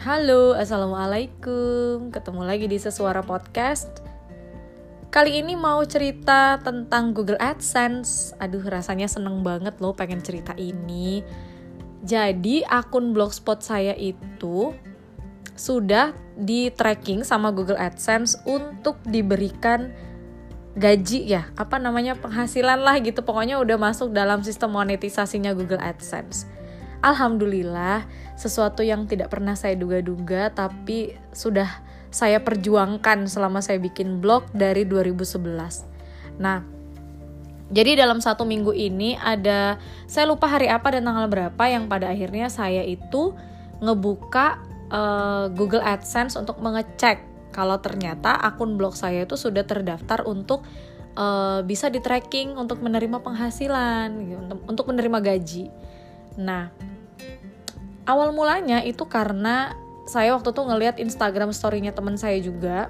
Halo, assalamualaikum. Ketemu lagi di Sesuara Podcast. Kali ini mau cerita tentang Google AdSense. Aduh, rasanya seneng banget loh pengen cerita ini. Jadi akun blogspot saya itu sudah di tracking sama Google AdSense untuk diberikan gaji ya, penghasilan lah gitu. Pokoknya udah masuk dalam sistem monetisasinya Google AdSense. Alhamdulillah, sesuatu yang tidak pernah saya duga-duga tapi sudah saya perjuangkan selama saya bikin blog dari 2011. Nah, jadi dalam 1 minggu ini saya lupa hari apa dan tanggal berapa yang pada akhirnya saya itu ngebuka Google AdSense untuk mengecek kalau ternyata akun blog saya itu sudah terdaftar untuk bisa di-tracking untuk menerima penghasilan, gitu, untuk menerima gaji. Nah, awal mulanya itu karena saya waktu itu ngelihat Instagram story-nya teman saya juga.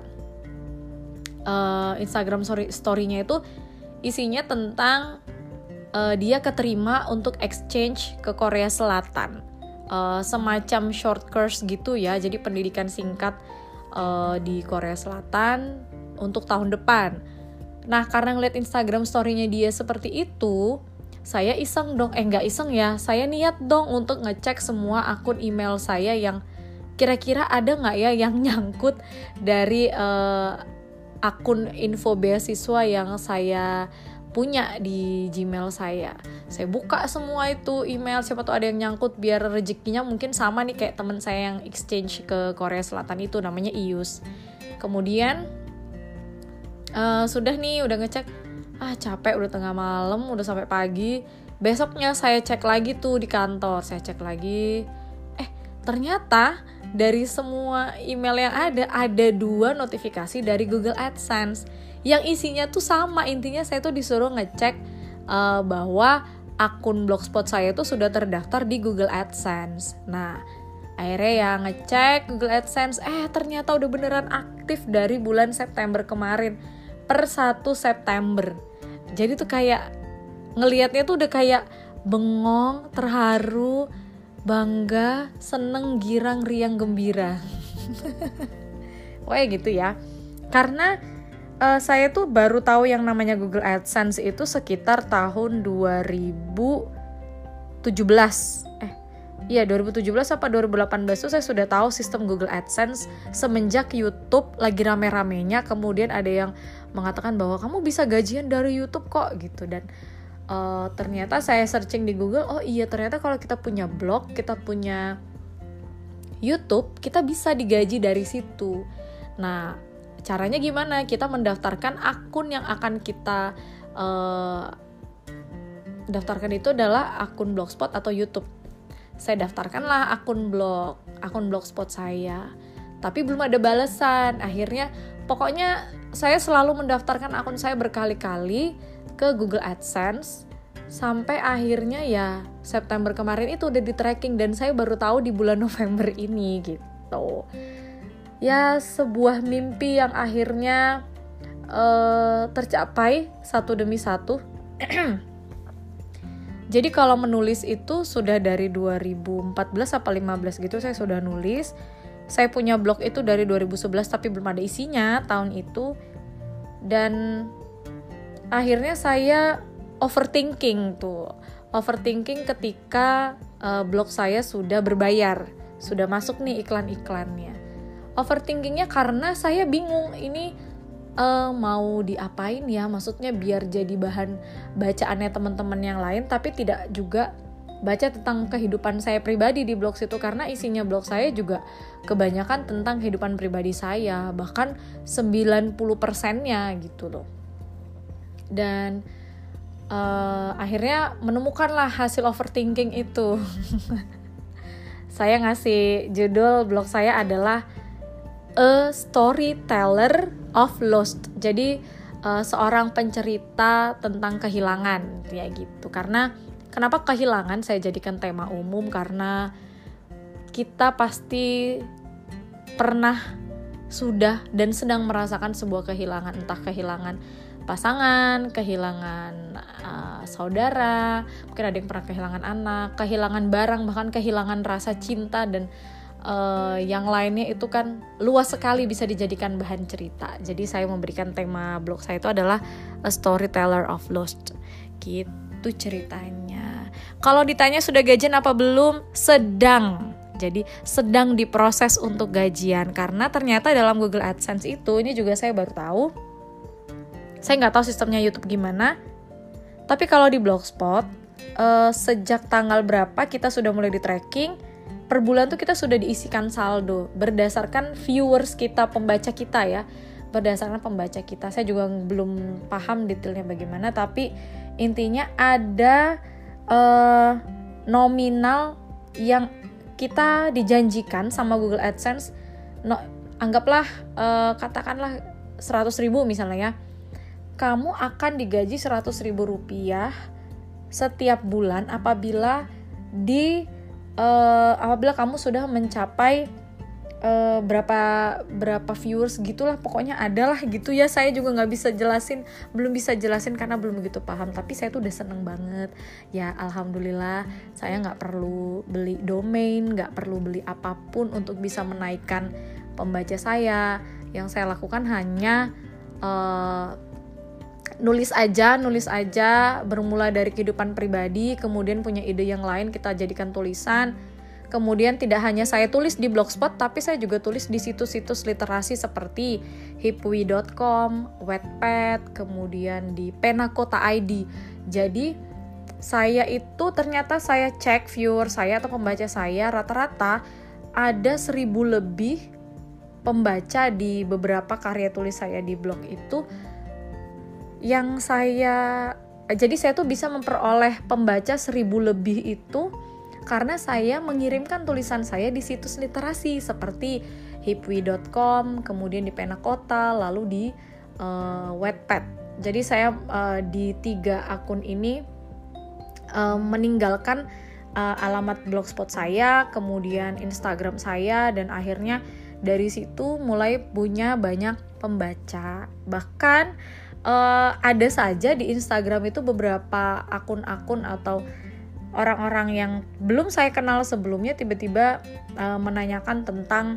Instagram story-nya itu isinya tentang dia keterima untuk exchange ke Korea Selatan. Semacam short course gitu ya, jadi pendidikan singkat di Korea Selatan untuk tahun depan. Nah, karena ngeliat Instagram story-nya dia seperti itu, saya iseng dong, nggak iseng ya, saya niat dong untuk ngecek semua akun email saya yang kira-kira ada nggak ya yang nyangkut dari akun info beasiswa yang saya punya di Gmail saya. Saya buka semua itu email, siapa tuh ada yang nyangkut biar rezekinya mungkin sama nih kayak teman saya yang exchange ke Korea Selatan itu, namanya Ius. Kemudian sudah ngecek, capek udah tengah malam, udah sampai pagi. Besoknya saya cek lagi tuh di kantor, saya cek lagi. Ternyata dari semua email yang ada 2 notifikasi dari Google AdSense yang isinya tuh sama. Intinya saya tuh disuruh ngecek bahwa akun blogspot saya tuh sudah terdaftar di Google AdSense. Nah, akhirnya ya ngecek Google AdSense, ternyata udah beneran aktif dari bulan September kemarin per 1 September. Jadi tuh kayak ngelihatnya tuh udah kayak bengong, terharu, bangga, seneng, girang, riang, gembira. Kayak gitu ya. Karena saya tuh baru tahu yang namanya Google AdSense itu sekitar tahun 2017 apa 2018 tuh saya sudah tahu sistem Google AdSense semenjak YouTube lagi rame-ramenya. Kemudian ada yang mengatakan bahwa kamu bisa gajian dari YouTube kok gitu. Dan ternyata saya searching di Google, ternyata kalau kita punya blog, kita punya YouTube, kita bisa digaji dari situ. Nah, caranya gimana? Kita mendaftarkan akun yang akan kita daftarkan itu adalah akun Blogspot atau YouTube. Saya daftarkanlah akun Blogspot saya, tapi belum ada balasan. Akhirnya pokoknya saya selalu mendaftarkan akun saya berkali-kali ke Google AdSense sampai akhirnya ya September kemarin itu udah di tracking dan saya baru tahu di bulan November ini gitu. Ya, sebuah mimpi yang akhirnya tercapai satu demi satu. Jadi kalau menulis itu sudah dari 2014 apa 15 gitu saya sudah nulis. Saya punya blog itu dari 2011 tapi belum ada isinya tahun itu. Dan akhirnya saya overthinking ketika blog saya sudah berbayar, sudah masuk nih iklan-iklannya. Overthinkingnya karena saya bingung ini mau diapain ya, maksudnya biar jadi bahan bacaannya teman-teman yang lain tapi tidak juga baca tentang kehidupan saya pribadi di blog situ, karena isinya blog saya juga kebanyakan tentang kehidupan pribadi saya, bahkan 90%-nya gitu loh. Dan akhirnya menemukanlah hasil overthinking itu. Saya ngasih judul blog saya adalah A Storyteller of Lost. Jadi seorang pencerita tentang kehilangan ya gitu. Karena kenapa kehilangan saya jadikan tema umum? Karena kita pasti pernah, sudah, dan sedang merasakan sebuah kehilangan. Entah kehilangan pasangan, kehilangan saudara, mungkin ada yang pernah kehilangan anak, kehilangan barang, bahkan kehilangan rasa cinta dan yang lainnya itu kan luas sekali bisa dijadikan bahan cerita. Jadi saya memberikan tema blog saya itu adalah A Storyteller of Lost. Gitu ceritanya. Kalau ditanya sudah gajian apa belum? Sedang. Jadi sedang diproses untuk gajian, karena ternyata dalam Google AdSense itu, ini juga saya baru tahu. Saya nggak tahu sistemnya YouTube gimana. Tapi kalau di Blogspot, sejak tanggal berapa kita sudah mulai di tracking, per bulan tuh kita sudah diisikan saldo berdasarkan viewers kita, pembaca kita ya. Berdasarkan pembaca kita. Saya juga belum paham detailnya bagaimana, tapi intinya ada nominal yang kita dijanjikan sama Google AdSense, anggaplah katakanlah 100.000 misalnya ya. Kamu akan digaji 100.000 rupiah setiap bulan apabila kamu sudah mencapai berapa viewers gitulah, pokoknya adalah gitu ya. Saya juga belum bisa jelasin karena belum begitu paham, tapi saya tuh udah seneng banget ya. Alhamdulillah saya nggak perlu beli domain, nggak perlu beli apapun untuk bisa menaikkan pembaca saya. Yang saya lakukan hanya nulis aja, bermula dari kehidupan pribadi, kemudian punya ide yang lain kita jadikan tulisan. Kemudian tidak hanya saya tulis di Blogspot, tapi saya juga tulis di situs-situs literasi seperti hipwi.com, Wattpad, kemudian di Penakota.id. Jadi saya itu ternyata saya cek viewer saya atau pembaca saya, rata-rata ada 1.000 lebih pembaca di beberapa karya tulis saya di blog itu. Jadi saya tuh bisa memperoleh pembaca 1.000 lebih itu karena saya mengirimkan tulisan saya di situs literasi seperti hipwi.com, kemudian di Penakota, lalu di Wattpad. Jadi saya di 3 akun ini meninggalkan alamat blogspot saya, kemudian Instagram saya, dan akhirnya dari situ mulai punya banyak pembaca. Bahkan ada saja di Instagram itu beberapa akun-akun atau orang-orang yang belum saya kenal sebelumnya tiba-tiba menanyakan tentang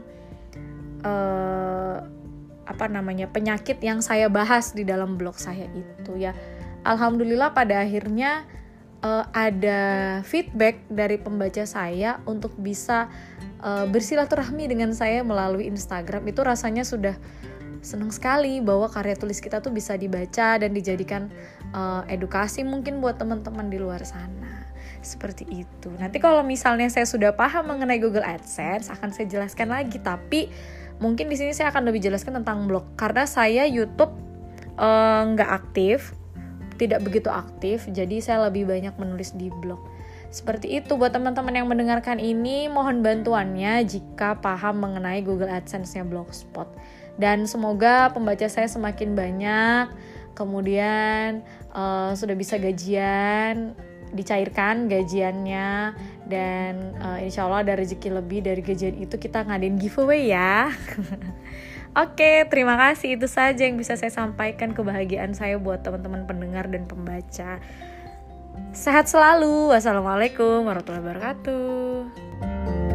penyakit yang saya bahas di dalam blog saya itu ya. Alhamdulillah pada akhirnya ada feedback dari pembaca saya untuk bisa bersilaturahmi dengan saya melalui Instagram. Itu rasanya sudah senang sekali bahwa karya tulis kita tuh bisa dibaca dan dijadikan edukasi mungkin buat teman-teman di luar sana. Seperti itu. Nanti kalau misalnya saya sudah paham mengenai Google AdSense akan saya jelaskan lagi, tapi mungkin di sini saya akan lebih jelaskan tentang blog karena saya YouTube nggak aktif, tidak begitu aktif, jadi saya lebih banyak menulis di blog. Seperti itu buat teman-teman yang mendengarkan ini, mohon bantuannya jika paham mengenai Google AdSense-nya Blogspot. Dan semoga pembaca saya semakin banyak, kemudian sudah bisa gajian, dicairkan gajiannya, dan insya Allah ada rezeki lebih dari gajian itu kita ngadain giveaway ya. Oke, terima kasih. Itu saja yang bisa saya sampaikan, kebahagiaan saya buat teman-teman pendengar dan pembaca. Sehat selalu. Wassalamualaikum warahmatullahi wabarakatuh.